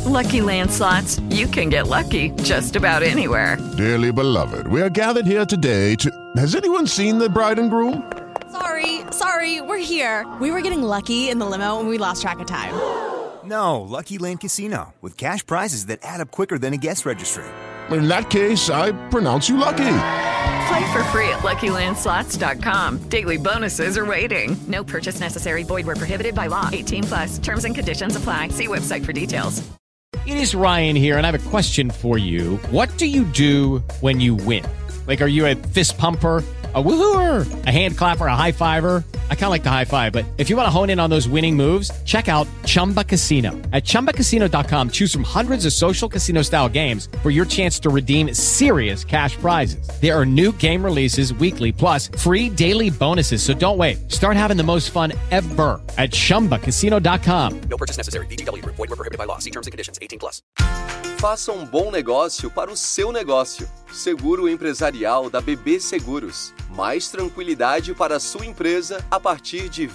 Lucky Land Slots, you can get lucky just about anywhere. Dearly beloved, we are gathered here today to... Has anyone seen the bride and groom? Sorry, we're here. We were getting lucky in the limo and we lost track of time. No, Lucky Land Casino, with cash prizes that add up quicker than a guest registry. In that case, I pronounce you lucky. Play for free at LuckyLandSlots.com. Daily bonuses are waiting. No purchase necessary. Void where prohibited by law. 18+. Terms and conditions apply. See website for details. It is Ryan here, and I have a question for you. What do you do when you win? Like, are you a fist pumper, a woohooer, a hand clapper, a high fiver? I kind of like the high five, but if you want to hone in on those winning moves, check out Chumba Casino. At ChumbaCasino.com, choose from hundreds of social casino-style games for your chance to redeem serious cash prizes. There are new game releases weekly, plus free daily bonuses, so don't wait. Start having the most fun ever at ChumbaCasino.com. No purchase necessary. VGW Group. Void where prohibited by law. See terms and conditions. 18+. Faça bom negócio para o seu negócio. Seguro empresarial da BB Seguros. Mais tranquilidade para a sua empresa a partir de R$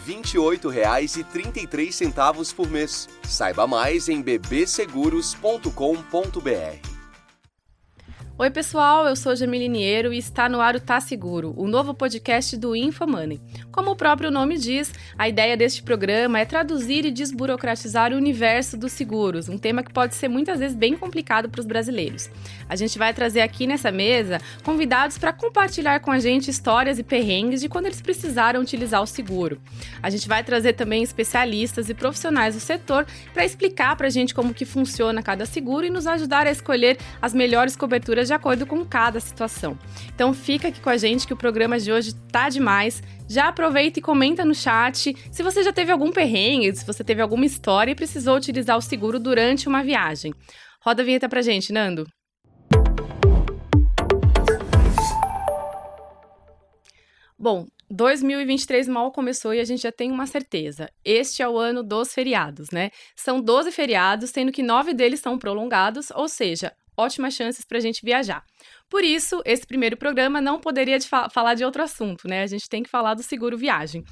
28,33 por mês. Saiba mais em bbseguros.com.br. Oi pessoal, eu sou Jamile Niero e está no ar o Tá Seguro, o novo podcast do InfoMoney. Como o próprio nome diz, a ideia deste programa é traduzir e desburocratizar o universo dos seguros, um tema que pode ser muitas vezes bem complicado para os brasileiros. A gente vai trazer aqui nessa mesa convidados para compartilhar com a gente histórias e perrengues de quando eles precisaram utilizar o seguro. A gente vai trazer também especialistas e profissionais do setor para explicar para a gente como que funciona cada seguro e nos ajudar a escolher as melhores coberturas de acordo com cada situação. Então fica aqui com a gente que o programa de hoje tá demais. Já aproveita e comenta no chat se você já teve algum perrengue, se você teve alguma história e precisou utilizar o seguro durante uma viagem. Roda a vinheta pra gente, Nando. Bom, 2023 mal começou e a gente já tem uma certeza. Este é o ano dos feriados, né? São 12 feriados, sendo que 9 deles são prolongados, ou seja, ótimas chances para a gente viajar. Por isso, esse primeiro programa não poderia falar de outro assunto, né? A gente tem que falar do seguro viagem.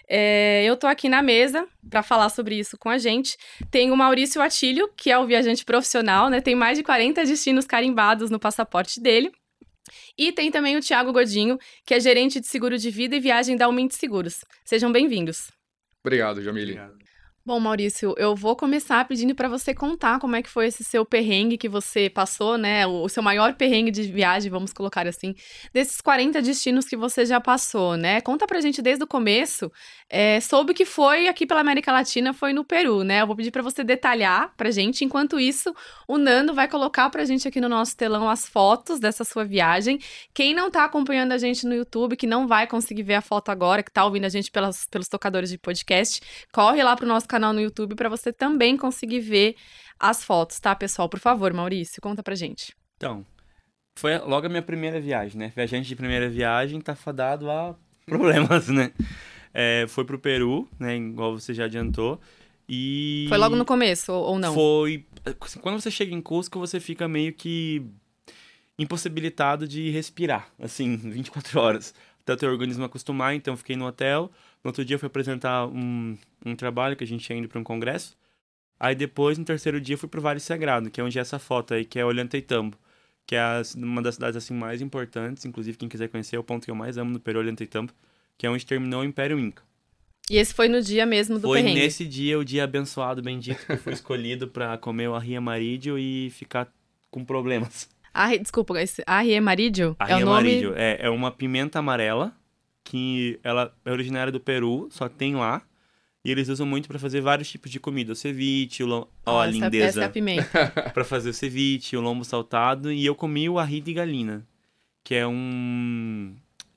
Eu tô aqui na mesa para falar sobre isso com a gente. Tem o Maurício Atílio, que é o viajante profissional, né? Tem mais de 40 destinos carimbados no passaporte dele. E tem também o Thiago Godinho, que é gerente de seguro de vida e viagem da Aumento Seguros. Sejam bem-vindos. Obrigado, Jamile. Bom, Maurício, eu vou começar pedindo para você contar como é que foi esse seu perrengue que você passou, né? O seu maior perrengue de viagem, vamos colocar assim, desses 40 destinos que você já passou, né? Conta pra gente desde o começo, soube que foi aqui pela América Latina, foi no Peru, né? Eu vou pedir para você detalhar pra gente. Enquanto isso, o Nando vai colocar pra gente aqui no nosso telão as fotos dessa sua viagem. Quem não tá acompanhando a gente no YouTube, que não vai conseguir ver a foto agora, que tá ouvindo a gente pelos tocadores de podcast, corre lá pro nosso canal no YouTube para você também conseguir ver as fotos, tá, pessoal? Por favor, Maurício, conta pra gente. Então, foi logo a minha primeira viagem, né? Viajante de primeira viagem tá fadado a problemas, né? Foi pro Peru, né? Igual você já adiantou. E... Foi logo no começo, ou não? Foi... Quando você chega em Cusco, você fica meio que impossibilitado de respirar, assim, 24 horas. Até o teu organismo acostumar, então fiquei no hotel. No outro dia eu fui apresentar um trabalho que a gente tinha ido para um congresso. Aí depois, no terceiro dia, eu fui pro Vale Sagrado, que é onde é essa foto aí, que é Ollantaytambo, que é uma das cidades assim mais importantes. Inclusive, quem quiser conhecer, é o ponto que eu mais amo no Peru, Ollantaytambo, que é onde terminou o Império Inca. E esse foi no dia mesmo do perrengue? Foi nesse dia, o dia abençoado, bendito, que eu fui escolhido para comer o ají amarillo e ficar com problemas. Desculpa, ají amarillo? Ají amarillo, é uma pimenta amarela, que ela é originária do Peru, só tem lá. E eles usam muito pra fazer vários tipos de comida. O ceviche, a lindeza. Essa é a pimenta. Pra fazer o ceviche, o lombo saltado. E eu comi o ají de galinha, que é um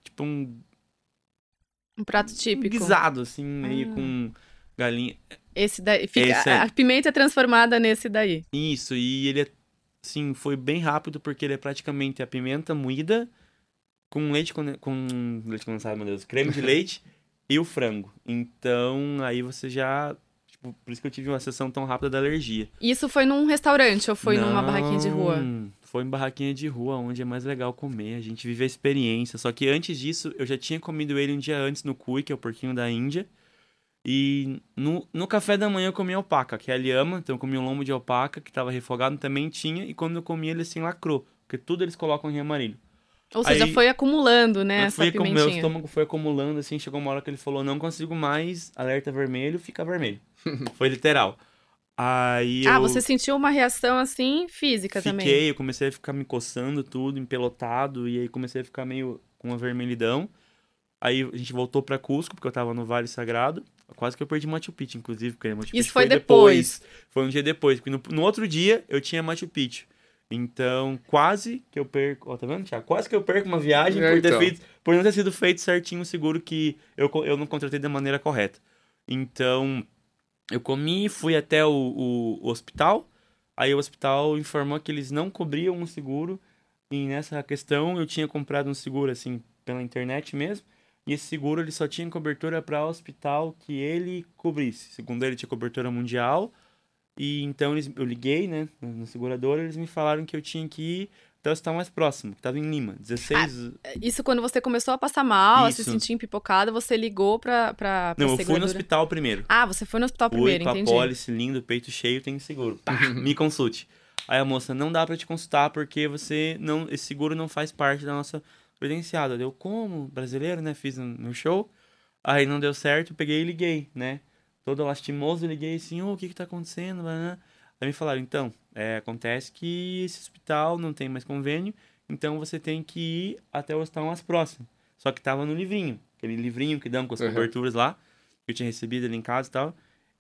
prato típico. Guisado, assim, meio com galinha. Esse daí, a pimenta é transformada nesse daí. Isso, e ele assim, foi bem rápido, porque ele é praticamente a pimenta moída com leite condensado, meu Deus, creme de leite e o frango. Então, aí você já... por isso que eu tive uma sessão tão rápida da alergia. Isso foi num restaurante ou foi numa barraquinha de rua? Foi em barraquinha de rua, onde é mais legal comer. A gente vive a experiência. Só que antes disso, eu já tinha comido ele um dia antes no cuy, que é o porquinho da Índia. E no café da manhã eu comi alpaca, que é a lhama. Então eu comi um lombo de alpaca que tava refogado, também tinha. E quando eu comi ele assim lacrou, porque tudo eles colocam em amarillo. Ou seja, foi acumulando, né, essa pimentinha. Meu estômago foi acumulando, assim, chegou uma hora que ele falou, não consigo mais, alerta vermelho, fica vermelho. Foi literal. Aí você sentiu uma reação, assim, física também? Fiquei, eu comecei a ficar me coçando tudo, empelotado, e aí comecei a ficar meio com uma vermelhidão. Aí a gente voltou pra Cusco, porque eu tava no Vale Sagrado. Quase que eu perdi Machu Picchu, inclusive, porque Machu Picchu Isso foi depois? Foi um dia depois, porque no outro dia eu tinha Machu Picchu. Então, quase que eu perco... Ó, tá vendo, Thiago? Quase que eu perco uma viagem por não ter sido feito certinho o seguro que eu não contratei da maneira correta. Então, eu comi, fui até o hospital. Aí o hospital informou que eles não cobriam um seguro. E nessa questão, eu tinha comprado um seguro, assim, pela internet mesmo. E esse seguro, ele só tinha cobertura para hospital que ele cobrisse. Segundo ele, tinha cobertura mundial. E então eu liguei, né, na seguradora, eles me falaram que eu tinha que ir até o hospital mais próximo, que estava em Lima, 16... Isso quando você começou a passar mal, a se sentir empipocada, você ligou pra Não, eu seguradora? fui no hospital primeiro. Ah, você foi no hospital primeiro, entendi. Com a pólice, lindo, peito cheio, tem seguro. Me consulte. Aí a moça, não dá pra te consultar porque esse seguro não faz parte da nossa credenciada. Eu, como? Brasileiro, né, fiz no show. Aí não deu certo, eu peguei e liguei, né. Todo lastimoso, liguei assim, o que tá acontecendo? Aí me falaram, então, acontece que esse hospital não tem mais convênio, então você tem que ir até o hospital mais próximo. Só que tava no livrinho, aquele livrinho que dão com as coberturas lá, que eu tinha recebido ali em casa e tal.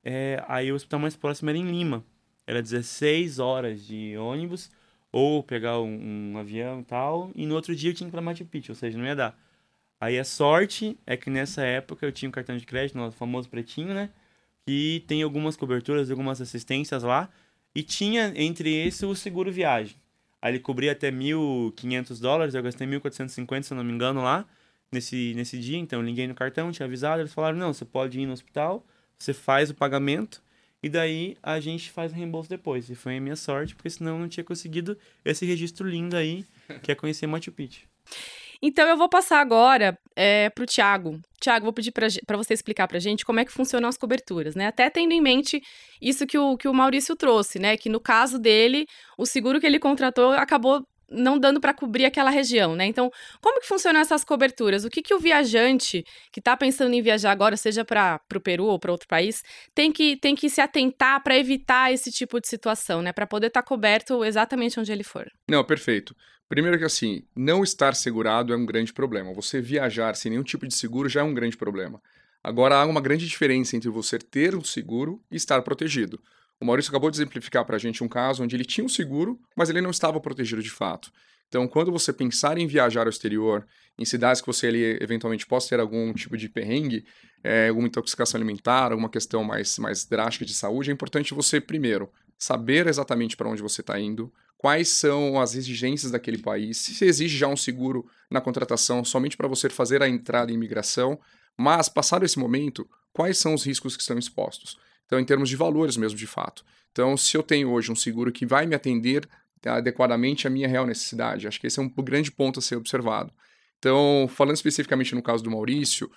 Aí o hospital mais próximo era em Lima. Era 16 horas de ônibus, ou pegar um avião e tal, e no outro dia eu tinha que ir pra Machu Picchu, ou seja, não ia dar. Aí a sorte é que nessa época eu tinha um cartão de crédito, o famoso pretinho, né? Que tem algumas coberturas, algumas assistências lá. E tinha, entre esse, o seguro viagem. Aí ele cobria até $1.500, eu gastei 1.450, se eu não me engano, lá, nesse dia. Então eu liguei no cartão, tinha avisado, eles falaram, não, você pode ir no hospital, você faz o pagamento, e daí a gente faz o reembolso depois. E foi a minha sorte, porque senão eu não tinha conseguido esse registro lindo aí, que é conhecer Machu Picchu. Então, eu vou passar agora pro Thiago. Thiago, vou pedir para você explicar pra gente como é que funcionam as coberturas, né? Até tendo em mente isso que o Maurício trouxe, né? Que no caso dele, o seguro que ele contratou acabou não dando para cobrir aquela região, né? Então, como que funcionam essas coberturas? O que o viajante que está pensando em viajar agora, seja para o Peru ou para outro país, tem que se atentar para evitar esse tipo de situação, né? Para poder estar coberto exatamente onde ele for. Não, perfeito. Primeiro que assim, não estar segurado é um grande problema. Você viajar sem nenhum tipo de seguro já é um grande problema. Agora, há uma grande diferença entre você ter um seguro e estar protegido. O Maurício acabou de exemplificar para a gente um caso onde ele tinha um seguro, mas ele não estava protegido de fato. Então, quando você pensar em viajar ao exterior, em cidades que você ali eventualmente possa ter algum tipo de perrengue, alguma intoxicação alimentar, alguma questão mais drástica de saúde, é importante você, primeiro, saber exatamente para onde você está indo, quais são as exigências daquele país, se exige já um seguro na contratação somente para você fazer a entrada em imigração, mas, passado esse momento, quais são os riscos que estão expostos? Então, em termos de valores mesmo, de fato. Então, se eu tenho hoje um seguro que vai me atender adequadamente à minha real necessidade, acho que esse é um grande ponto a ser observado. Então, falando especificamente no caso do Maurício,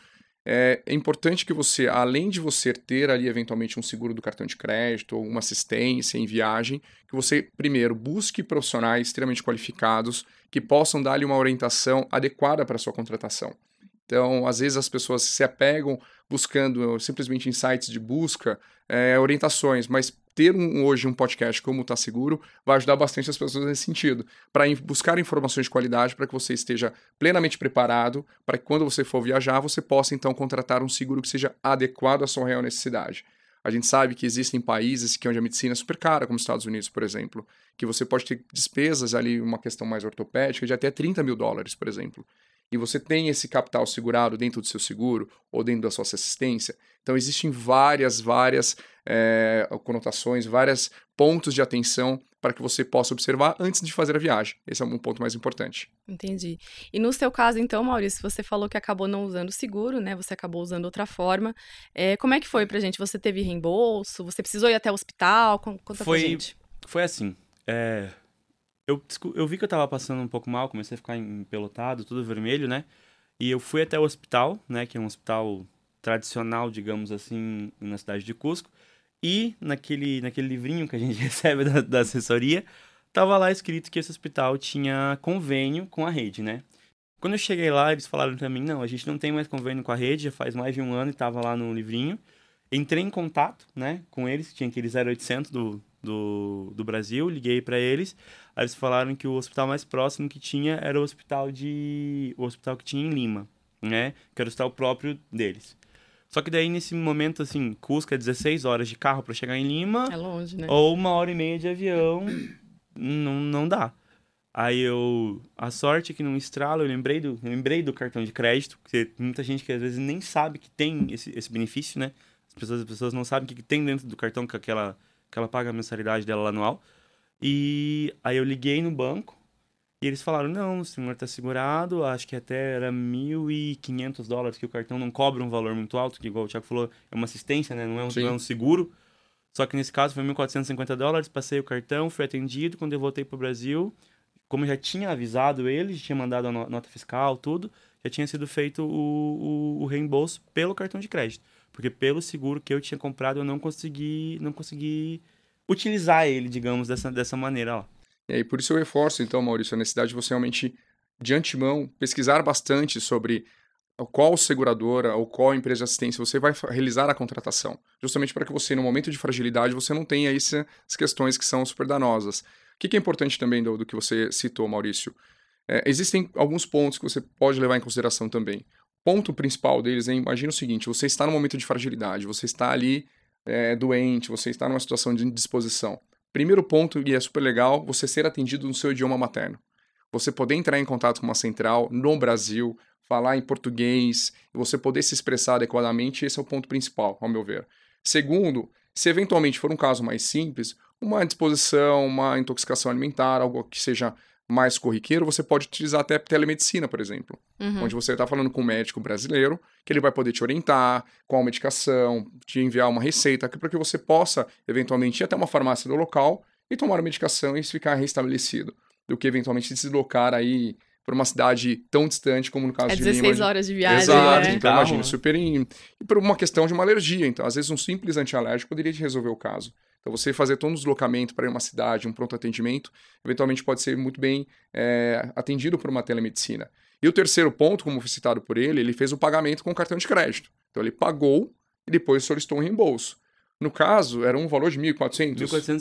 é importante que você, além de você ter ali eventualmente um seguro do cartão de crédito ou uma assistência em viagem, que você, primeiro, busque profissionais extremamente qualificados que possam dar-lhe uma orientação adequada para a sua contratação. Então, às vezes as pessoas se apegam buscando simplesmente em sites de busca, orientações, mas ter hoje um podcast como o Tá Seguro vai ajudar bastante as pessoas nesse sentido, para buscar informações de qualidade para que você esteja plenamente preparado, para que quando você for viajar, você possa então contratar um seguro que seja adequado à sua real necessidade. A gente sabe que existem países onde a medicina é super cara, como os Estados Unidos, por exemplo, que você pode ter despesas ali, uma questão mais ortopédica, de até $30 mil, por exemplo. E você tem esse capital segurado dentro do seu seguro ou dentro da sua assistência. Então, existem várias conotações, vários pontos de atenção para que você possa observar antes de fazer a viagem. Esse é um ponto mais importante. Entendi. E no seu caso, então, Maurício, você falou que acabou não usando o seguro, né? Você acabou usando outra forma. Como é que foi pra gente? Você teve reembolso? Você precisou ir até o hospital? Conta pra gente. Foi assim. Eu vi que eu tava passando um pouco mal, comecei a ficar empelotado, tudo vermelho, né? E eu fui até o hospital, né? Que é um hospital tradicional, digamos assim, na cidade de Cusco. E naquele livrinho que a gente recebe da assessoria, tava lá escrito que esse hospital tinha convênio com a rede, né? Quando eu cheguei lá, eles falaram pra mim, não, a gente não tem mais convênio com a rede, já faz mais de 1 ano e tava lá no livrinho. Entrei em contato, né, com eles, tinha aquele 0800 do Brasil, liguei pra eles, aí eles falaram que o hospital mais próximo que tinha era o hospital que tinha em Lima, né, que era o hospital próprio deles. Só que daí, nesse momento, assim, Cusco é 16 horas de carro pra chegar em Lima. É longe, né? Ou 1h30 de avião, não dá. Aí a sorte é que num estralo eu lembrei do cartão de crédito, porque tem muita gente que às vezes nem sabe que tem esse benefício, né? As pessoas não sabem o que tem dentro do cartão que ela paga a mensalidade dela lá anual. E aí eu liguei no banco e eles falaram, não, o senhor tá segurado, acho que até era $1.500, que o cartão não cobra um valor muito alto, que igual o Thiago falou, é uma assistência, né? Não é um seguro. Só que nesse caso foi $1.450, passei o cartão, fui atendido. Quando eu voltei pro Brasil, como eu já tinha avisado eles, tinha mandado a nota fiscal, tudo, já tinha sido feito o reembolso pelo cartão de crédito. Porque pelo seguro que eu tinha comprado, eu não consegui utilizar ele, digamos, dessa maneira lá. E aí, por isso eu reforço, então, Maurício, a necessidade de você realmente, de antemão, pesquisar bastante sobre qual seguradora ou qual empresa de assistência você vai realizar a contratação. Justamente para que você, no momento de fragilidade, você não tenha essas questões que são super danosas. O que é importante também do que você citou, Maurício? Existem alguns pontos que você pode levar em consideração também. O ponto principal deles é, imagina o seguinte, você está no momento de fragilidade, você está ali doente, você está numa situação de indisposição. Primeiro ponto, e é super legal, você ser atendido no seu idioma materno. Você poder entrar em contato com uma central no Brasil, falar em português, e você poder se expressar adequadamente, esse é o ponto principal, ao meu ver. Segundo, se eventualmente for um caso mais simples, uma indisposição, uma intoxicação alimentar, algo que seja mais corriqueiro, você pode utilizar até telemedicina, por exemplo, onde você está falando com um médico brasileiro, que ele vai poder te orientar qual medicação, te enviar uma receita, para que você possa, eventualmente, ir até uma farmácia do local e tomar a medicação e ficar restabelecido, do que eventualmente se deslocar aí para uma cidade tão distante como no caso de Lima. 16 horas de viagem, Exato, né? então imagina, e por uma questão de uma alergia, então às vezes um simples antialérgico poderia te resolver o caso. Então você fazer todo um deslocamento para ir uma cidade, um pronto atendimento, eventualmente pode ser muito bem atendido por uma telemedicina. E o terceiro ponto, como foi citado por ele fez o pagamento com o cartão de crédito. Então ele pagou e depois solicitou um reembolso. No caso, era um valor de $1.400?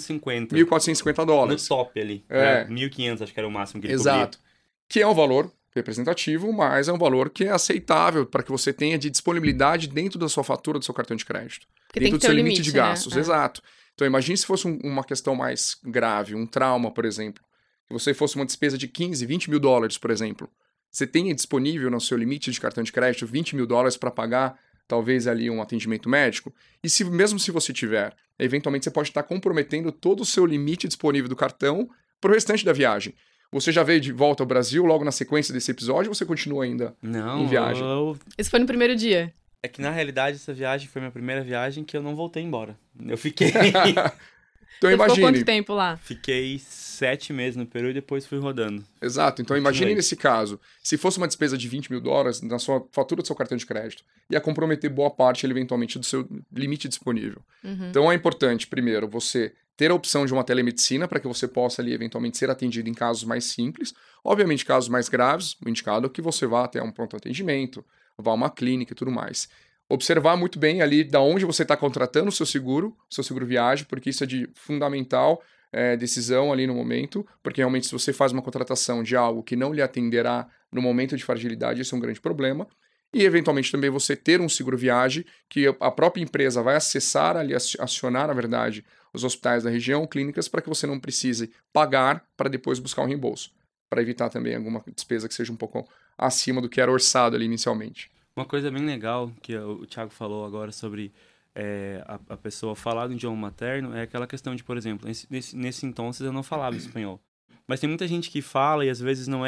$1.450. No top ali. 1.500, acho que era o máximo que ele cobria. Exato. Que é um valor representativo, mas é um valor que é aceitável para que você tenha de disponibilidade dentro da sua fatura do seu cartão de crédito. Porque dentro tem que do seu ter limite de gastos. Né? Exato. Então imagine se fosse uma questão mais grave, um trauma, por exemplo. Se você fosse uma despesa de $15, $20 mil, por exemplo. Você tenha disponível no seu limite de cartão de crédito $20 mil para pagar talvez ali um atendimento médico. E mesmo se você tiver, eventualmente você pode estar comprometendo todo o seu limite disponível do cartão para o restante da viagem. Você já veio de volta ao Brasil logo na sequência desse episódio ou você continua ainda em viagem? Isso foi no primeiro dia? É que na realidade essa viagem foi minha primeira viagem que eu não voltei embora. Eu fiquei... Então, você ficou quanto tempo lá? Fiquei 7 meses no Peru e depois fui rodando. Exato. Então, imagine nesse caso, se fosse uma despesa de $20 mil na sua fatura do seu cartão de crédito, ia comprometer boa parte, eventualmente, do seu limite disponível. Então, é importante, primeiro, você ter a opção de uma telemedicina para que você possa, ali, eventualmente, ser atendido em casos mais simples. Obviamente, casos mais graves, o indicado é que você vá até um pronto atendimento, vá a uma clínica e tudo mais. Observar muito bem ali da onde você está contratando o seu seguro viagem, porque isso é de fundamental decisão ali no momento, porque realmente se você faz uma contratação de algo que não lhe atenderá no momento de fragilidade, isso é um grande problema. E eventualmente também você ter um seguro viagem que a própria empresa vai acessar ali, acionar, na verdade, os hospitais da região, clínicas, para que você não precise pagar para depois buscar um reembolso, para evitar também alguma despesa que seja um pouco acima do que era orçado ali inicialmente. Uma coisa bem legal que o Thiago falou agora sobre a pessoa falar do idioma materno é aquela questão de, por exemplo, nesse então eu não falava espanhol. Mas tem muita gente que fala e às vezes não é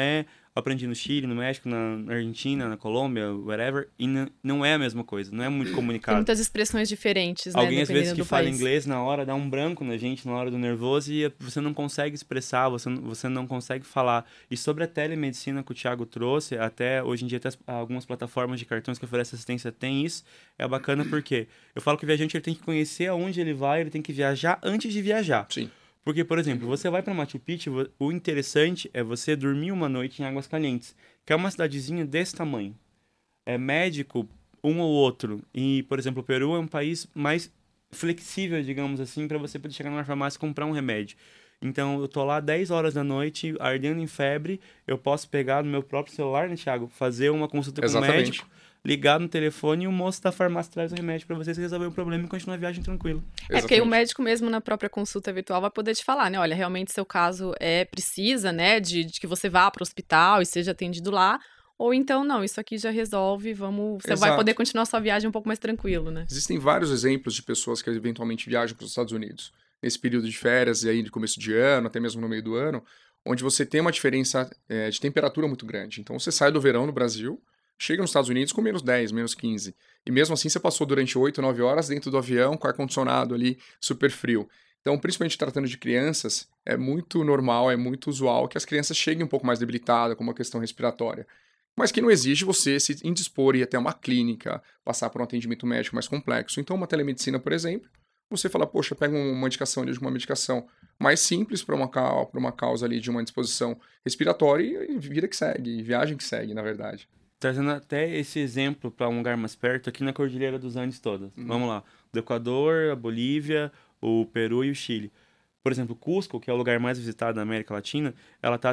aprendi no Chile, no México, na Argentina, na Colômbia, whatever, e não é a mesma coisa, não é muito comunicado. Tem muitas expressões diferentes, né? Alguém às vezes que fala país. inglês, na hora dá um branco na gente, na hora do nervoso, e você não consegue expressar, você não consegue falar. E sobre a telemedicina que o Thiago trouxe, até hoje em dia até algumas plataformas de cartões que oferecem assistência têm isso, é bacana porque eu falo que o viajante ele tem que conhecer aonde ele vai, ele tem que viajar antes de viajar. Sim. Porque, por exemplo, você vai para Machu Picchu, o interessante é você dormir uma noite em Águas Calientes, que é uma cidadezinha desse tamanho. É médico, um ou outro. E, por exemplo, o Peru é um país mais flexível, digamos assim, para você poder chegar numa farmácia e comprar um remédio. Então, eu tô lá 10 horas da noite, ardendo em febre, eu posso pegar no meu próprio celular, né, Thiago? Fazer uma consulta com o médico, ligar no telefone e o moço da farmácia traz o remédio para você resolver o problema e continuar a viagem tranquilo. É, porque aí o médico mesmo na própria consulta virtual vai poder te falar, né? Olha, realmente seu caso precisa, né, de que você vá para o hospital e seja atendido lá. Ou então, não, isso aqui já resolve, você vai poder continuar sua viagem um pouco mais tranquilo, né? Existem vários exemplos de pessoas que eventualmente viajam para os Estados Unidos nesse período de férias e aí de começo de ano, até mesmo no meio do ano, onde você tem uma diferença de temperatura muito grande. Então, você sai do verão no Brasil, chega nos Estados Unidos com menos 10, menos 15. E mesmo assim, você passou durante 8, 9 horas dentro do avião com ar-condicionado ali, super frio. Então, principalmente tratando de crianças, é muito normal, é muito usual que as crianças cheguem um pouco mais debilitadas com uma questão respiratória. Mas que não exige você se indispor e ir até uma clínica, passar por um atendimento médico mais complexo. Então, uma telemedicina, por exemplo, você fala, poxa, pega uma indicação ali de uma medicação mais simples para uma causa ali de uma indisposição respiratória e vida que segue, viagem que segue, na verdade. Trazendo até esse exemplo para um lugar mais perto, aqui na Cordilheira dos Andes todas. Vamos lá. Do Equador, a Bolívia, o Peru e o Chile. Por exemplo, Cusco, que é o lugar mais visitado da América Latina, ela está a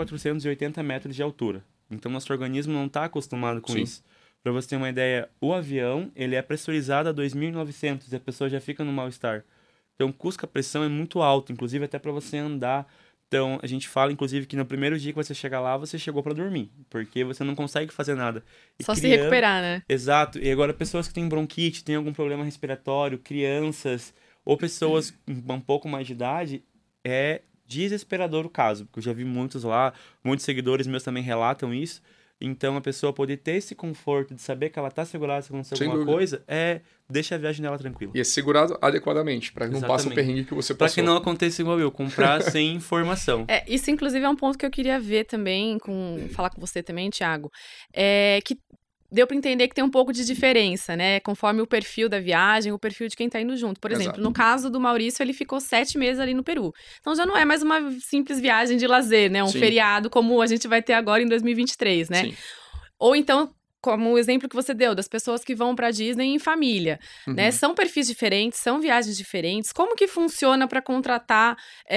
3.480 metros de altura. Então, nosso organismo não está acostumado com isso. Para você ter uma ideia, o avião ele é pressurizado a 2.900 e a pessoa já fica no mal-estar. Então, Cusco, a pressão é muito alta, inclusive até para você andar. Então, a gente fala, inclusive, que no primeiro dia que você chegar lá, você chegou para dormir, porque você não consegue fazer nada. E só se recuperar, né? Exato. E agora, pessoas que têm bronquite, têm algum problema respiratório, crianças ou pessoas com um pouco mais de idade, é desesperador o caso, porque eu já vi muitos lá, muitos seguidores meus também relatam isso. Então, a pessoa poder ter esse conforto de saber que ela está segurada se acontecer alguma coisa, deixa a viagem dela tranquila. E é segurado adequadamente, para que não passe o perrengue que você passou. Para que não aconteça igual eu, comprar sem informação. Isso, inclusive, é um ponto que eu queria ver também, falar com você também, Thiago, que deu para entender que tem um pouco de diferença, né? Conforme o perfil da viagem, o perfil de quem tá indo junto. Por exemplo, no caso do Maurício, ele ficou 7 meses ali no Peru. Então já não é mais uma simples viagem de lazer, né? Um feriado como a gente vai ter agora em 2023, né? Sim. Ou então, como o exemplo que você deu, das pessoas que vão pra Disney em família, né? São perfis diferentes, são viagens diferentes. Como que funciona para contratar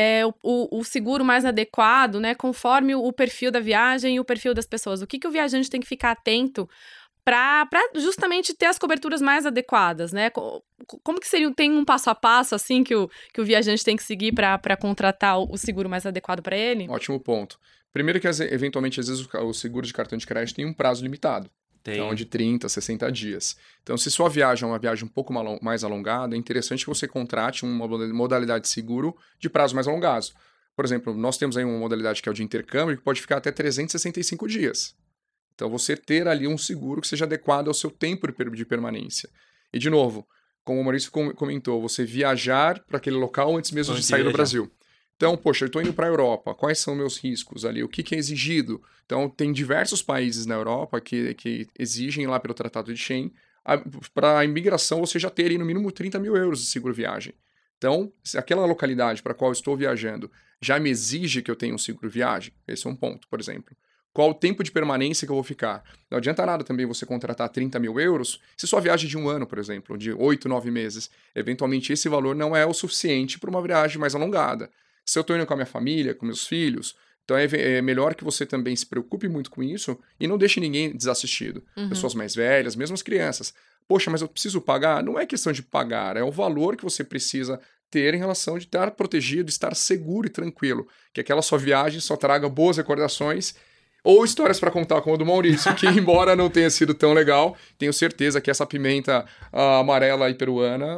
o seguro mais adequado, né? Conforme o perfil da viagem e o perfil das pessoas. O que o viajante tem que ficar atento para justamente ter as coberturas mais adequadas, né? Como que seria, tem um passo a passo, assim, que o viajante tem que seguir para contratar o seguro mais adequado para ele? Ótimo ponto. Primeiro que, eventualmente, às vezes, o seguro de cartão de crédito tem um prazo limitado. Então, de 30, 60 dias. Então, se sua viagem é uma viagem um pouco mais alongada, é interessante que você contrate uma modalidade de seguro de prazo mais alongado. Por exemplo, nós temos aí uma modalidade que é o de intercâmbio, que pode ficar até 365 dias. Então, você ter ali um seguro que seja adequado ao seu tempo de permanência. E, de novo, como o Maurício comentou, você viajar para aquele local antes mesmo de sair do Brasil. Então, poxa, eu estou indo para a Europa, quais são meus riscos ali? O que é exigido? Então, tem diversos países na Europa que exigem lá pelo Tratado de Schengen, para a imigração você já ter ali no mínimo 30 mil euros de seguro viagem. Então, se aquela localidade para a qual eu estou viajando já me exige que eu tenha um seguro viagem, esse é um ponto, por exemplo. Qual o tempo de permanência que eu vou ficar? Não adianta nada também você contratar 30 mil euros se sua viagem de 1 ano, por exemplo, de 8, 9 meses. Eventualmente, esse valor não é o suficiente para uma viagem mais alongada. Se eu estou indo com a minha família, com meus filhos, então é melhor que você também se preocupe muito com isso e não deixe ninguém desassistido. Pessoas mais velhas, mesmo as crianças. Poxa, mas eu preciso pagar? Não é questão de pagar, é o valor que você precisa ter em relação de estar protegido, estar seguro e tranquilo. Que aquela sua viagem só traga boas recordações ou histórias para contar como a do Maurício, que embora não tenha sido tão legal, tenho certeza que essa pimenta amarela e peruana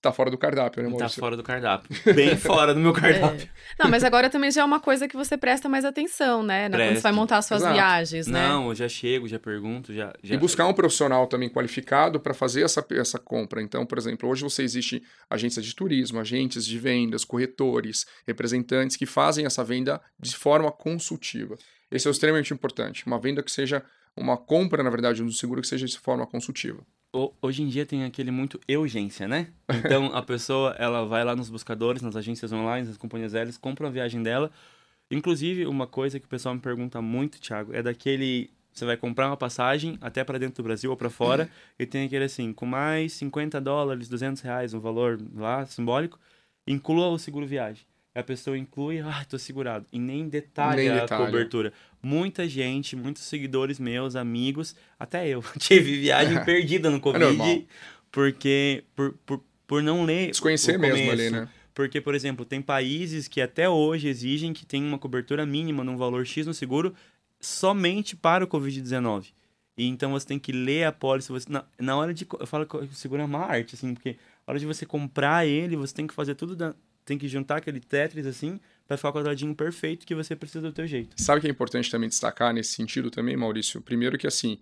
Tá fora do cardápio, né, Tá Maurício? fora do cardápio. Bem fora do meu cardápio. Não, mas agora também já é uma coisa que você presta mais atenção, né? Quando você vai montar as suas Exato. viagens, né? Não, eu já chego, já pergunto, já... E buscar um profissional também qualificado para fazer essa compra. Então, por exemplo, hoje existe agências de turismo, agentes de vendas, corretores, representantes que fazem essa venda de forma consultiva. Esse é extremamente importante. Uma venda que seja uma compra, na verdade, do seguro que seja de forma consultiva. Hoje em dia tem aquele muito urgência, né? Então, a pessoa, ela vai lá nos buscadores, nas agências online, nas companhias aéreas, compra a viagem dela. Inclusive, uma coisa que o pessoal me pergunta muito, Thiago, é daquele... Você vai comprar uma passagem até para dentro do Brasil ou para fora e tem aquele assim, com mais $50, R$200, um valor lá simbólico, inclua o seguro viagem. A pessoa inclui, tô segurado. E nem detalha a cobertura. Muita gente, muitos seguidores meus, amigos, até eu, tive viagem perdida no Covid, porque por não ler desconhecer mesmo ali, né? Porque, por exemplo, tem países que até hoje exigem que tenha uma cobertura mínima num valor X no seguro somente para o Covid-19. E então você tem que ler a pólice. Na hora de... Eu falo que o seguro é uma arte, assim, porque na hora de você comprar ele, você tem que fazer tudo... Tem que juntar aquele Tetris, assim, para ficar o quadradinho perfeito que você precisa do teu jeito. Sabe o que é importante também destacar nesse sentido também, Maurício? Primeiro que, assim,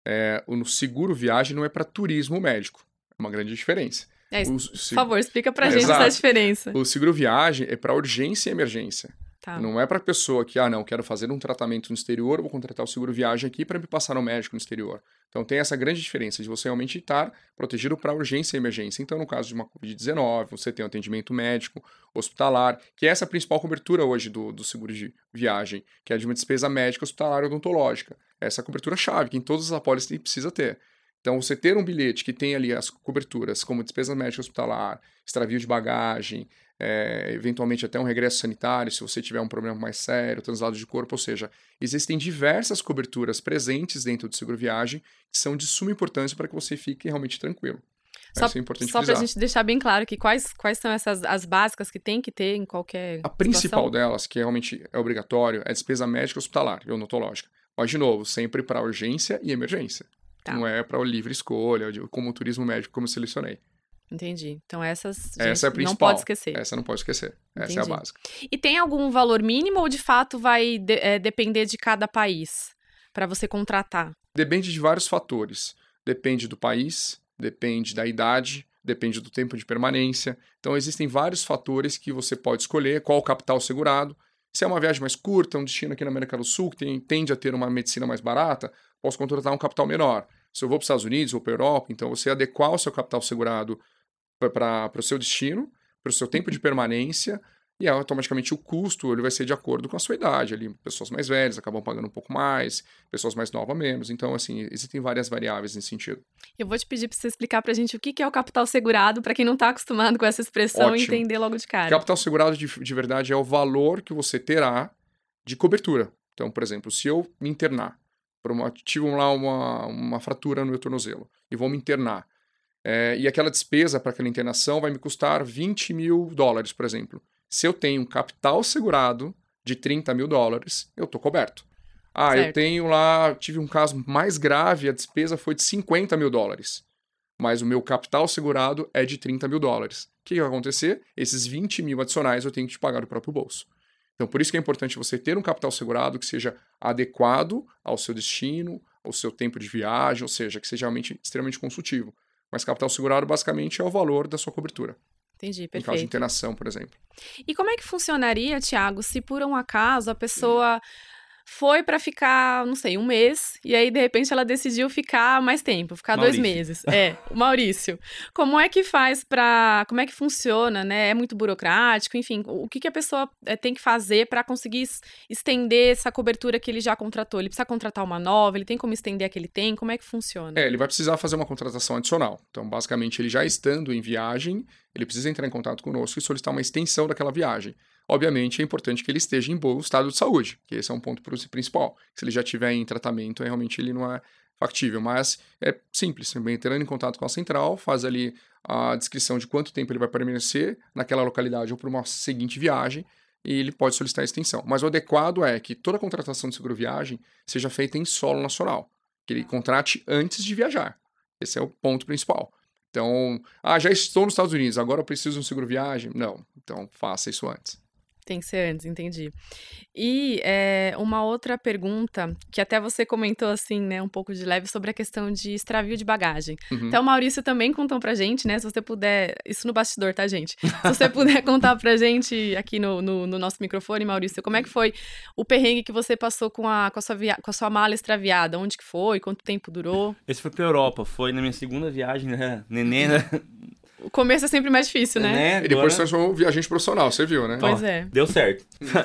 o seguro viagem não é para turismo médico. É uma grande diferença. Por favor, explica pra gente essa diferença. O seguro viagem é para urgência e emergência. Tá. Não é para pessoa que, quero fazer um tratamento no exterior, vou contratar o seguro viagem aqui para me passar no médico no exterior. Então tem essa grande diferença de você realmente estar protegido para urgência e emergência. Então, no caso de uma Covid-19, você tem um atendimento médico, hospitalar, que é essa a principal cobertura hoje do seguro de viagem, que é de uma despesa médica, hospitalar e odontológica. Essa é a cobertura-chave, que em todas as apólices precisa ter. Então, você ter um bilhete que tem ali as coberturas, como despesa médica hospitalar, extravio de bagagem, eventualmente até um regresso sanitário, se você tiver um problema mais sério, translado de corpo, ou seja, existem diversas coberturas presentes dentro do seguro viagem que são de suma importância para que você fique realmente tranquilo. Isso é importante só para a gente deixar bem claro que quais são as básicas que tem que ter em qualquer A principal situação? delas, que realmente é obrigatório, é a despesa médica hospitalar e odontológica. Mas, de novo, sempre para urgência e emergência. Tá. Não é para o livre escolha, como o turismo médico, como eu selecionei. Entendi. Então Essa é a principal. não pode esquecer. Essa não pode esquecer. Entendi. Essa é a básica. E tem algum valor mínimo ou de fato vai depender de cada país para você contratar? Depende de vários fatores. Depende do país, depende da idade, depende do tempo de permanência. Então, existem vários fatores que você pode escolher, qual o capital segurado. Se é uma viagem mais curta, um destino aqui na América do Sul, que tende a ter uma medicina mais barata, posso contratar um capital menor. Se eu vou para os Estados Unidos ou para a Europa, então você adequar o seu capital segurado para o seu destino, para o seu tempo de permanência, e automaticamente o custo ele vai ser de acordo com a sua idade. Ali, pessoas mais velhas acabam pagando um pouco mais, pessoas mais novas menos. Então, assim, existem várias variáveis nesse sentido. Eu vou te pedir para você explicar para a gente o que é o capital segurado, para quem não está acostumado com essa expressão. Ótimo. Entender logo de cara. Capital segurado de verdade é o valor que você terá de cobertura. Então, por exemplo, se eu me internar, tive lá uma fratura no meu tornozelo e vou me internar, e aquela despesa para aquela internação vai me custar $20 mil, por exemplo. Se eu tenho um capital segurado de $30 mil, eu estou coberto. Eu tenho lá, tive um caso mais grave, a despesa foi de $50 mil, mas o meu capital segurado é de $30 mil. O que vai acontecer? Esses 20 mil adicionais eu tenho que te pagar do próprio bolso. Então, por isso que é importante você ter um capital segurado que seja adequado ao seu destino, ao seu tempo de viagem, ou seja, que seja realmente extremamente consultivo. Mas capital segurado, basicamente, é o valor da sua cobertura. Entendi, perfeito. Em caso de internação, por exemplo. E como é que funcionaria, Thiago, se por um acaso a pessoa foi para ficar, não sei, 1 mês, e aí de repente ela decidiu ficar mais tempo, ficar Maurício. 2 meses. O Maurício. Como é que como é que funciona, né? É muito burocrático, enfim, o que a pessoa tem que fazer para conseguir estender essa cobertura que ele já contratou? Ele precisa contratar uma nova, ele tem como estender a que ele tem? Como é que funciona? Ele vai precisar fazer uma contratação adicional. Então, basicamente, ele já estando em viagem, ele precisa entrar em contato conosco e solicitar uma extensão daquela viagem. Obviamente, é importante que ele esteja em bom estado de saúde, que esse é um ponto principal. Se ele já estiver em tratamento, realmente ele não é factível, mas é simples. Entrando em contato com a central, faz ali a descrição de quanto tempo ele vai permanecer naquela localidade ou para uma seguinte viagem, e ele pode solicitar a extensão. Mas o adequado é que toda a contratação de seguro-viagem seja feita em solo nacional, que ele contrate antes de viajar. Esse é o ponto principal. Então, já estou nos Estados Unidos, agora eu preciso de um seguro viagem? Não, então faça isso antes. Tem que ser antes, entendi. E uma outra pergunta, que até você comentou assim, né, um pouco de leve, sobre a questão de extravio de bagagem. Então, o Maurício também contou pra gente, né, se você puder, isso no bastidor, tá, gente? Se você puder contar pra gente aqui no nosso microfone, Maurício, como é que foi o perrengue que você passou com a sua mala extraviada? Onde que foi? Quanto tempo durou? Esse foi pra Europa, foi na minha segunda viagem, né, neném, né? O começo é sempre mais difícil, né? E depois você foi um viajante profissional, você viu, né? Pois é. Deu certo.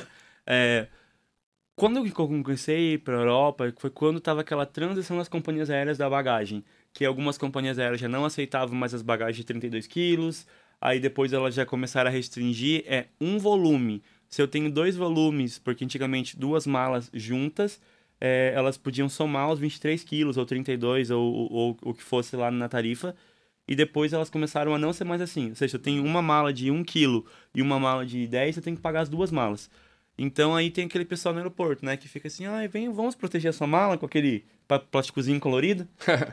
Quando eu comecei a ir pra Europa, foi quando tava aquela transição das companhias aéreas da bagagem, que algumas companhias aéreas já não aceitavam mais as bagagens de 32 quilos, aí depois elas já começaram a restringir um volume. Se eu tenho 2 volumes, porque antigamente 2 malas juntas, elas podiam somar os 23 quilos, ou 32, ou o que fosse lá na tarifa. E depois elas começaram a não ser mais assim. Ou seja, eu tenho uma mala de 1 quilo e uma mala de 10, eu tenho que pagar as 2 malas. Então aí tem aquele pessoal no aeroporto, né? Que fica assim, vamos proteger a sua mala com aquele plásticozinho colorido.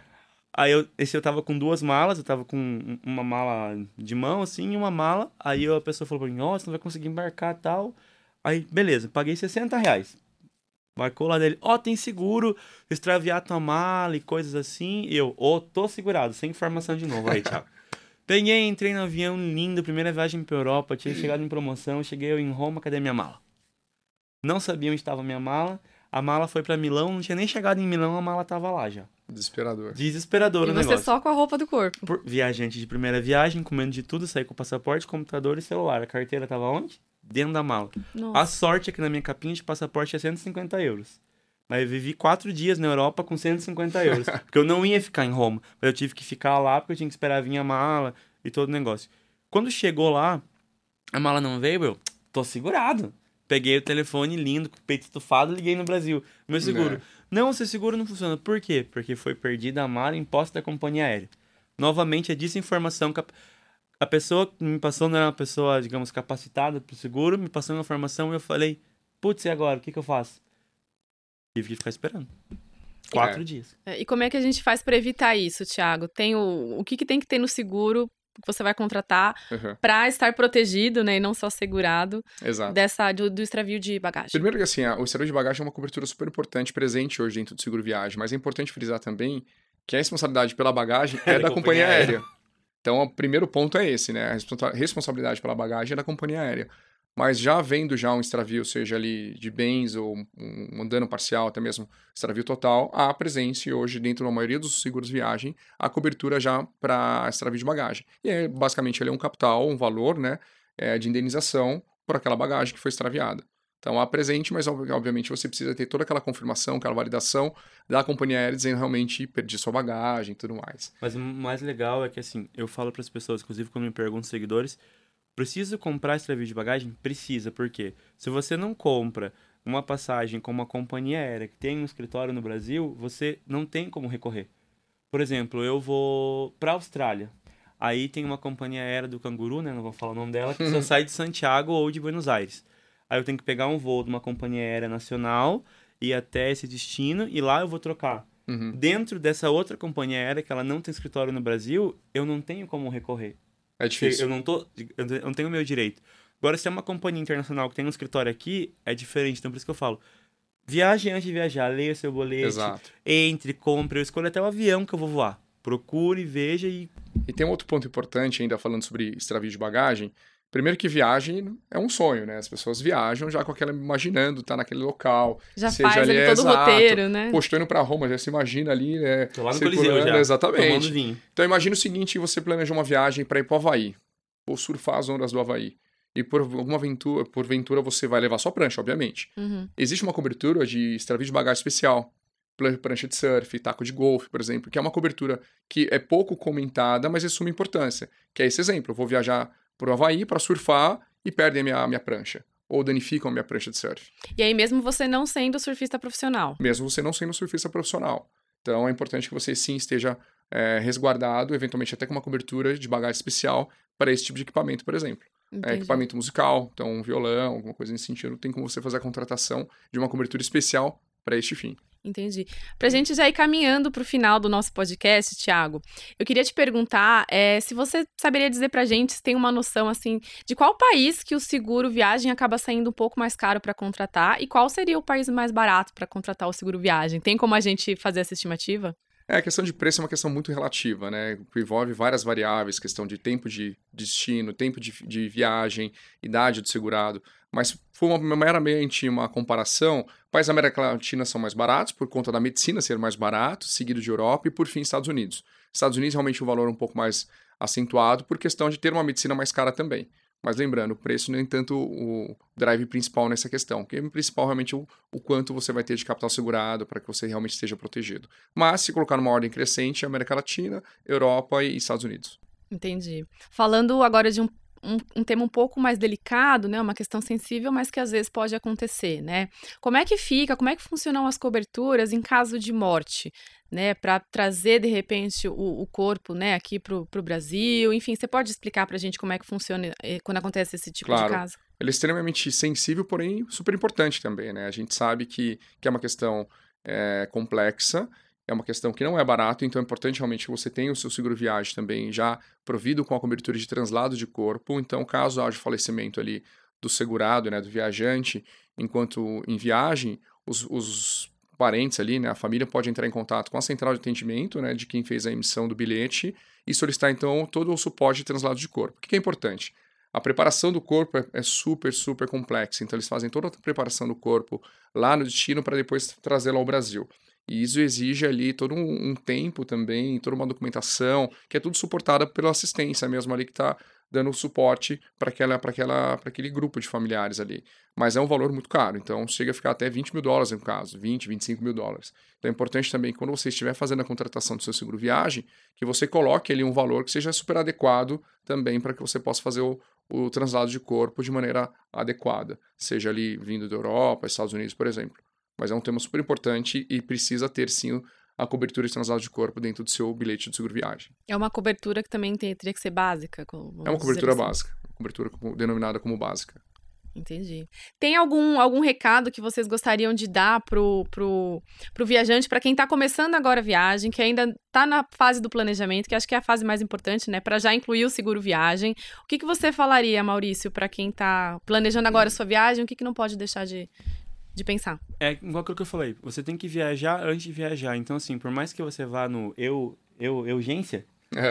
Aí eu tava com 2 malas, eu tava com uma mala de mão, assim, e uma mala. Aí a pessoa falou pra mim, você não vai conseguir embarcar e tal. Aí, beleza, paguei R$60. Marcou lá dele, tem seguro, extraviar tua mala e coisas assim. E eu, tô segurado, sem informação de novo. Aí, tchau. Peguei, entrei no avião lindo, primeira viagem pra Europa, tinha chegado em promoção, cheguei eu em Roma, cadê minha mala? Não sabia onde estava minha mala, a mala foi pra Milão, não tinha nem chegado em Milão, a mala tava lá já. Desesperador o negócio. E você só com a roupa do corpo. Viajante de primeira viagem, comendo de tudo, saí com o passaporte, computador e celular. A carteira tava onde? Dentro da mala. Nossa. A sorte é que na minha capinha de passaporte é 150 euros. Mas eu vivi 4 dias na Europa com 150 euros. Porque eu não ia ficar em Roma. Mas eu tive que ficar lá porque eu tinha que esperar vir a mala e todo o negócio. Quando chegou lá, a mala não veio, eu tô segurado. Peguei o telefone lindo, com o peito estufado, liguei no Brasil. Meu seguro. Não, seu seguro não funciona. Por quê? Porque foi perdida a mala em posse da companhia aérea. Novamente, a desinformação. A pessoa que me passou não era uma pessoa, digamos, capacitada para o seguro, me passou uma informação e eu falei, putz, e agora? O que eu faço? Tive que ficar esperando. 4 dias. E como é que a gente faz para evitar isso, Thiago? Tem o que tem que ter no seguro que você vai contratar para estar protegido, né, e não só segurado do extravio de bagagem? Primeiro que assim, o extravio de bagagem é uma cobertura super importante, presente hoje dentro do seguro viagem, mas é importante frisar também que a responsabilidade pela bagagem é da companhia aérea. Então, o primeiro ponto é esse, né? A responsabilidade pela bagagem é da companhia aérea. Mas já havendo um extravio, seja ali de bens ou um dano parcial, até mesmo extravio total, há presente hoje, dentro da maioria dos seguros viagem, a cobertura já para extravio de bagagem. E basicamente ele é um capital, um valor, né, de indenização por aquela bagagem que foi extraviada. Então há presente, mas obviamente você precisa ter toda aquela confirmação, aquela validação da companhia aérea dizendo realmente perdi sua bagagem e tudo mais. Mas o mais legal é que assim, eu falo para as pessoas, inclusive quando me perguntam seguidores, preciso comprar extravio de bagagem? Precisa, por quê? Se você não compra uma passagem com uma companhia aérea que tem um escritório no Brasil, você não tem como recorrer. Por exemplo, eu vou para a Austrália. Aí tem uma companhia aérea do Canguru, né? Não vou falar o nome dela, que só sai de Santiago ou de Buenos Aires. Aí eu tenho que pegar um voo de uma companhia aérea nacional, ir até esse destino e lá eu vou trocar. Dentro dessa outra companhia aérea, que ela não tem escritório no Brasil, eu não tenho como recorrer. É difícil. Eu não tenho o meu direito. Agora, se é uma companhia internacional que tem um escritório aqui, é diferente. Então, por isso que eu falo, viaje antes de viajar, leia seu bolete, entre, compre, eu escolho até o avião que eu vou voar. Procure, veja e... E tem um outro ponto importante ainda, falando sobre extravio de bagagem. Primeiro que viagem é um sonho, né? As pessoas viajam já com aquela, imaginando, tá naquele local. Já faz ali todo o roteiro, né? Pô, estou indo pra Roma, já se imagina ali, né? Tô lá no Coliseu já, exatamente. Tomando vinho. Então imagina o seguinte, você planeja uma viagem para ir pro Havaí, ou surfar as ondas do Havaí. E porventura você vai levar sua prancha, obviamente. Existe uma cobertura de extravio de bagagem especial. Prancha de surf, taco de golfe, por exemplo, que é uma cobertura que é pouco comentada, mas é de suma importância. Que é esse exemplo, eu vou viajar pro Havaí para surfar e perdem a minha prancha. Ou danificam a minha prancha de surf. E aí mesmo você não sendo surfista profissional? Mesmo você não sendo surfista profissional. Então é importante que você sim esteja resguardado, eventualmente até com uma cobertura de bagagem especial para esse tipo de equipamento, por exemplo. Equipamento musical, então um violão, alguma coisa nesse sentido, tem como você fazer a contratação de uma cobertura especial para este fim. Entendi. Pra gente já ir caminhando pro final do nosso podcast, Thiago, eu queria te perguntar se você saberia dizer pra gente, se tem uma noção, assim, de qual país que o seguro viagem acaba saindo um pouco mais caro pra contratar e qual seria o país mais barato pra contratar o seguro viagem? Tem como a gente fazer essa estimativa? A questão de preço é uma questão muito relativa, né? Envolve várias variáveis, questão de tempo de destino, tempo de viagem, idade do segurado. Mas foi meramente uma comparação. Países da América Latina são mais baratos por conta da medicina ser mais barato, seguido de Europa e, por fim, Estados Unidos. Estados Unidos realmente um valor um pouco mais acentuado por questão de ter uma medicina mais cara também. Mas lembrando, o preço não é tanto o drive principal nessa questão. O principal realmente é o quanto você vai ter de capital segurado para que você realmente esteja protegido. Mas, se colocar numa ordem crescente, América Latina, Europa e Estados Unidos. Entendi. Falando agora de um tema um pouco mais delicado, né? Uma questão sensível, mas que às vezes pode acontecer, né? Como é que funcionam as coberturas em caso de morte, né? Para trazer, de repente, o corpo, né, aqui pro Brasil. Enfim, você pode explicar pra gente como é que funciona quando acontece esse tipo de caso? Ele é extremamente sensível, porém super importante também, né? A gente sabe que é uma questão complexa, é uma questão que não é barato, então é importante realmente que você tenha o seu seguro viagem também já provido com a cobertura de translado de corpo. Então, caso haja falecimento ali do segurado, né, do viajante, enquanto em viagem, os parentes ali, né, a família pode entrar em contato com a central de atendimento, né, de quem fez a emissão do bilhete e solicitar, então, todo o suporte de translado de corpo. O que é importante? A preparação do corpo é super, super complexa, então eles fazem toda a preparação do corpo lá no destino para depois trazê-lo ao Brasil. E isso exige ali todo um tempo também, toda uma documentação, que é tudo suportada pela assistência mesmo ali que está dando suporte para aquele grupo de familiares ali. Mas é um valor muito caro, então chega a ficar até $20 mil no caso, 20, 25 mil dólares. Então é importante também, quando você estiver fazendo a contratação do seu seguro viagem, que você coloque ali um valor que seja super adequado também para que você possa fazer o translado de corpo de maneira adequada, seja ali vindo da Europa, Estados Unidos, por exemplo. Mas é um tema super importante e precisa ter, sim, a cobertura de translado de corpo dentro do seu bilhete de seguro viagem. É uma cobertura que também teria que ser básica? É uma cobertura básica, cobertura denominada como básica. Entendi. Tem algum recado que vocês gostariam de dar pro viajante, para quem está começando agora a viagem, que ainda está na fase do planejamento, que acho que é a fase mais importante, né, para já incluir o seguro viagem? O que você falaria, Maurício, para quem está planejando agora a sua viagem, o que não pode deixar de pensar? É igual aquilo que eu falei, você tem que viajar antes de viajar. Então, assim, por mais que você vá no urgência,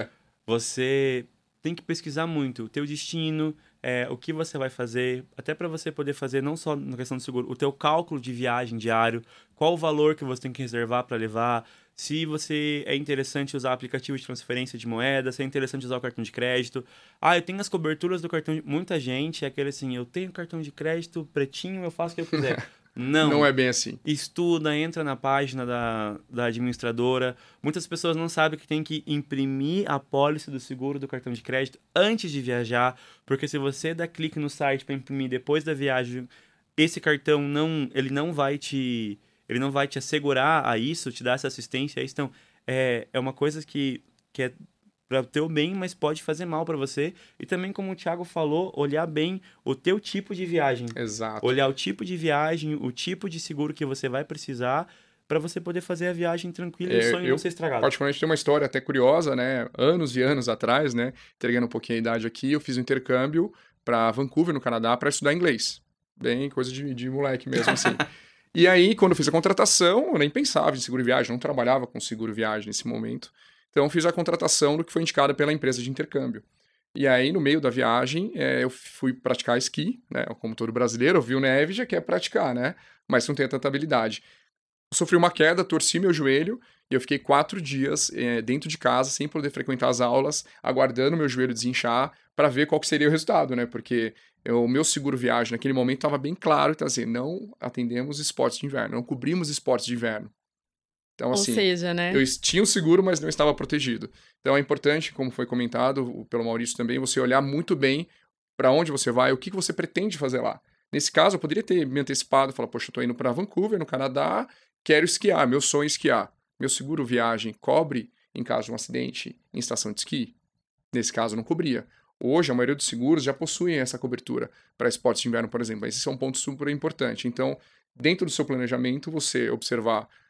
você tem que pesquisar muito o teu destino, o que você vai fazer, até para você poder fazer, não só na questão do seguro, o teu cálculo de viagem diário, qual o valor que você tem que reservar para levar, se você é interessante usar aplicativo de transferência de moeda, se é interessante usar o cartão de crédito. Eu tenho as coberturas do cartão de... Muita gente é aquele assim, eu tenho cartão de crédito pretinho, eu faço o que eu quiser. Não é bem assim. Estuda, entra na página da administradora. Muitas pessoas não sabem que tem que imprimir a pólice do seguro do cartão de crédito antes de viajar, porque se você dá clique no site para imprimir depois da viagem, esse cartão ele não vai te assegurar a isso, te dar essa assistência a isso. Então, é uma coisa que é para o teu bem, mas pode fazer mal para você. E também, como o Thiago falou, olhar bem o teu tipo de viagem. Exato. Olhar o tipo de viagem, o tipo de seguro que você vai precisar para você poder fazer a viagem tranquila e o sonho não ser estragado. Particularmente, tem uma história até curiosa, né? Anos e anos atrás, né? Entregando um pouquinho a idade aqui, eu fiz um intercâmbio para Vancouver, no Canadá, para estudar inglês. Bem coisa de moleque mesmo, assim. E aí, quando eu fiz a contratação, eu nem pensava em seguro viagem, não trabalhava com seguro viagem nesse momento. Então, fiz a contratação do que foi indicada pela empresa de intercâmbio. E aí, no meio da viagem, eu fui praticar esqui, né? Como todo brasileiro, viu neve, já quer praticar, né? Mas não tem tanta habilidade. Eu sofri uma queda, torci meu joelho e eu fiquei 4 dias dentro de casa, sem poder frequentar as aulas, aguardando meu joelho desinchar para ver qual que seria o resultado, né? Porque o meu seguro viagem naquele momento estava bem claro, então assim, não atendemos esportes de inverno, não cobrimos esportes de inverno. Então, assim, ou seja, né? Eu tinha o seguro, mas não estava protegido. Então é importante, como foi comentado pelo Maurício também, você olhar muito bem para onde você vai, o que você pretende fazer lá. Nesse caso, eu poderia ter me antecipado, falar, poxa, eu estou indo para Vancouver, no Canadá, quero esquiar, meu sonho é esquiar. Meu seguro viagem cobre em caso de um acidente em estação de esqui? Nesse caso, não cobria. Hoje, a maioria dos seguros já possuem essa cobertura para esportes de inverno, por exemplo. Esse é um ponto super importante. Então, dentro do seu planejamento, você observar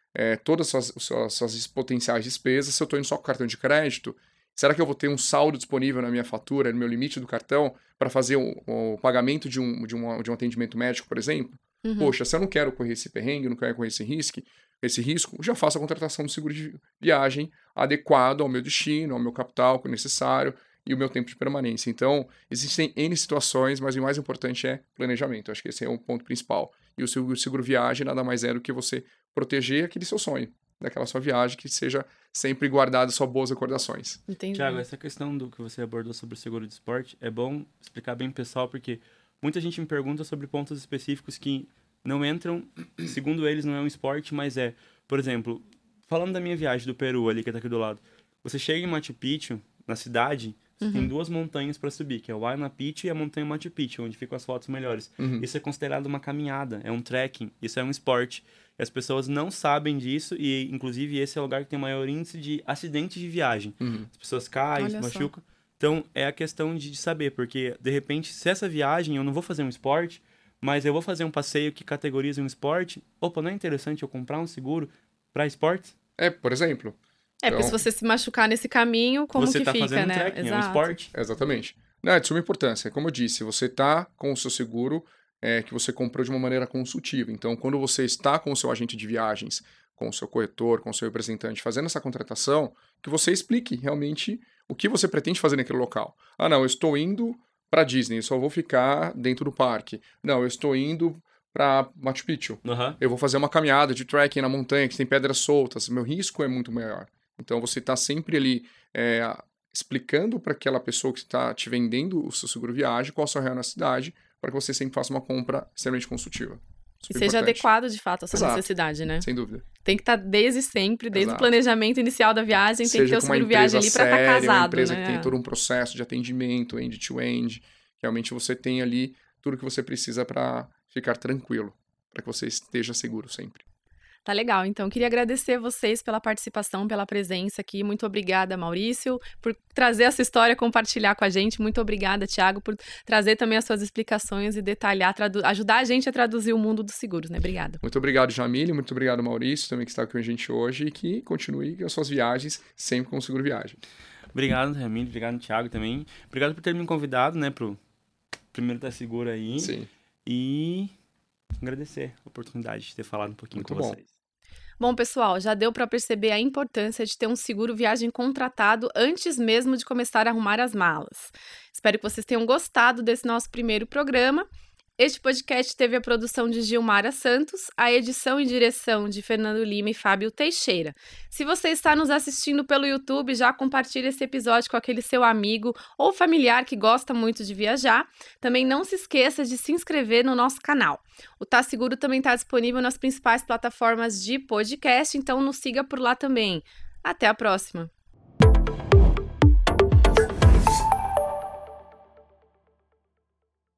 todas as suas potenciais despesas. Se eu estou indo só com cartão de crédito, será que eu vou ter um saldo disponível na minha fatura, no meu limite do cartão, para fazer o pagamento de um atendimento médico, por exemplo? Poxa, se eu não quero correr esse perrengue, não quero correr esse risco, já faço a contratação do seguro de viagem adequado ao meu destino, ao meu capital que é necessário e o meu tempo de permanência. Então, existem N situações, mas o mais importante é planejamento. Acho que esse é o ponto principal. E o seguro viagem nada mais é do que você proteger aquele seu sonho, daquela sua viagem, que seja sempre guardada só boas recordações. Entendi. Tiago, essa questão do que você abordou sobre o seguro de esporte, é bom explicar bem pessoal, porque muita gente me pergunta sobre pontos específicos que não entram, segundo eles, não é um esporte, mas é. Por exemplo, falando da minha viagem do Peru ali, que tá aqui do lado. Você chega em Machu Picchu, na cidade, você tem 2 montanhas para subir, que é o Huayna Picchu e a montanha Machu Picchu, onde ficam as fotos melhores. Isso é considerado uma caminhada, é um trekking, isso é um esporte. E as pessoas não sabem disso e, inclusive, esse é o lugar que tem o maior índice de acidentes de viagem. As pessoas caem, se machucam. Então, é a questão de saber, porque, de repente, se essa viagem eu não vou fazer um esporte, mas eu vou fazer um passeio que categoriza um esporte, opa, não é interessante eu comprar um seguro para esportes? Por exemplo. Porque se você se machucar nesse caminho, como que fica, né? Você tá fazendo um trekking, é um esporte. Exatamente. Não, é de suma importância. Como eu disse, você tá com o seu seguro que você comprou de uma maneira consultiva. Então, quando você está com o seu agente de viagens, com o seu corretor, com o seu representante, fazendo essa contratação, que você explique realmente o que você pretende fazer naquele local. Ah, não, eu estou indo para Disney, eu só vou ficar dentro do parque. Não, eu estou indo para Machu Picchu. Eu vou fazer uma caminhada de trekking na montanha, que tem pedras soltas. Meu risco é muito maior. Então, você está sempre ali explicando para aquela pessoa que está te vendendo o seu seguro viagem qual a sua real necessidade, para que você sempre faça uma compra extremamente consultiva. E seja adequado, de fato, à sua necessidade, né? Sem dúvida. Tem que estar desde sempre, desde o planejamento inicial da viagem, tem que ter o seguro viagem ali para estar casado, uma empresa né? que tem todo um processo de atendimento, end-to-end. Realmente você tem ali tudo que você precisa para ficar tranquilo, para que você esteja seguro sempre. Tá legal, então queria agradecer vocês pela participação, pela presença aqui. Muito obrigada, Maurício, por trazer essa história, compartilhar com a gente. Muito obrigada, Tiago, por trazer também as suas explicações e detalhar, ajudar a gente a traduzir o mundo dos seguros, né? Obrigada. Muito obrigado, Jamile, muito obrigado, Maurício, também que está com a gente hoje e que continue as suas viagens sempre com o Seguro Viagem. Obrigado, Jamile, obrigado, Tiago também. Obrigado por ter me convidado, né, pro primeiro Tá Seguro aí. Sim. E agradecer a oportunidade de ter falado um pouquinho com vocês. Bom, pessoal, já deu para perceber a importância de ter um seguro viagem contratado antes mesmo de começar a arrumar as malas. Espero que vocês tenham gostado desse nosso primeiro programa. Este podcast teve a produção de Gilmara Santos, a edição e direção de Fernando Lima e Fábio Teixeira. Se você está nos assistindo pelo YouTube, já compartilhe esse episódio com aquele seu amigo ou familiar que gosta muito de viajar. Também não se esqueça de se inscrever no nosso canal. O Tá Seguro também está disponível nas principais plataformas de podcast, então nos siga por lá também. Até a próxima!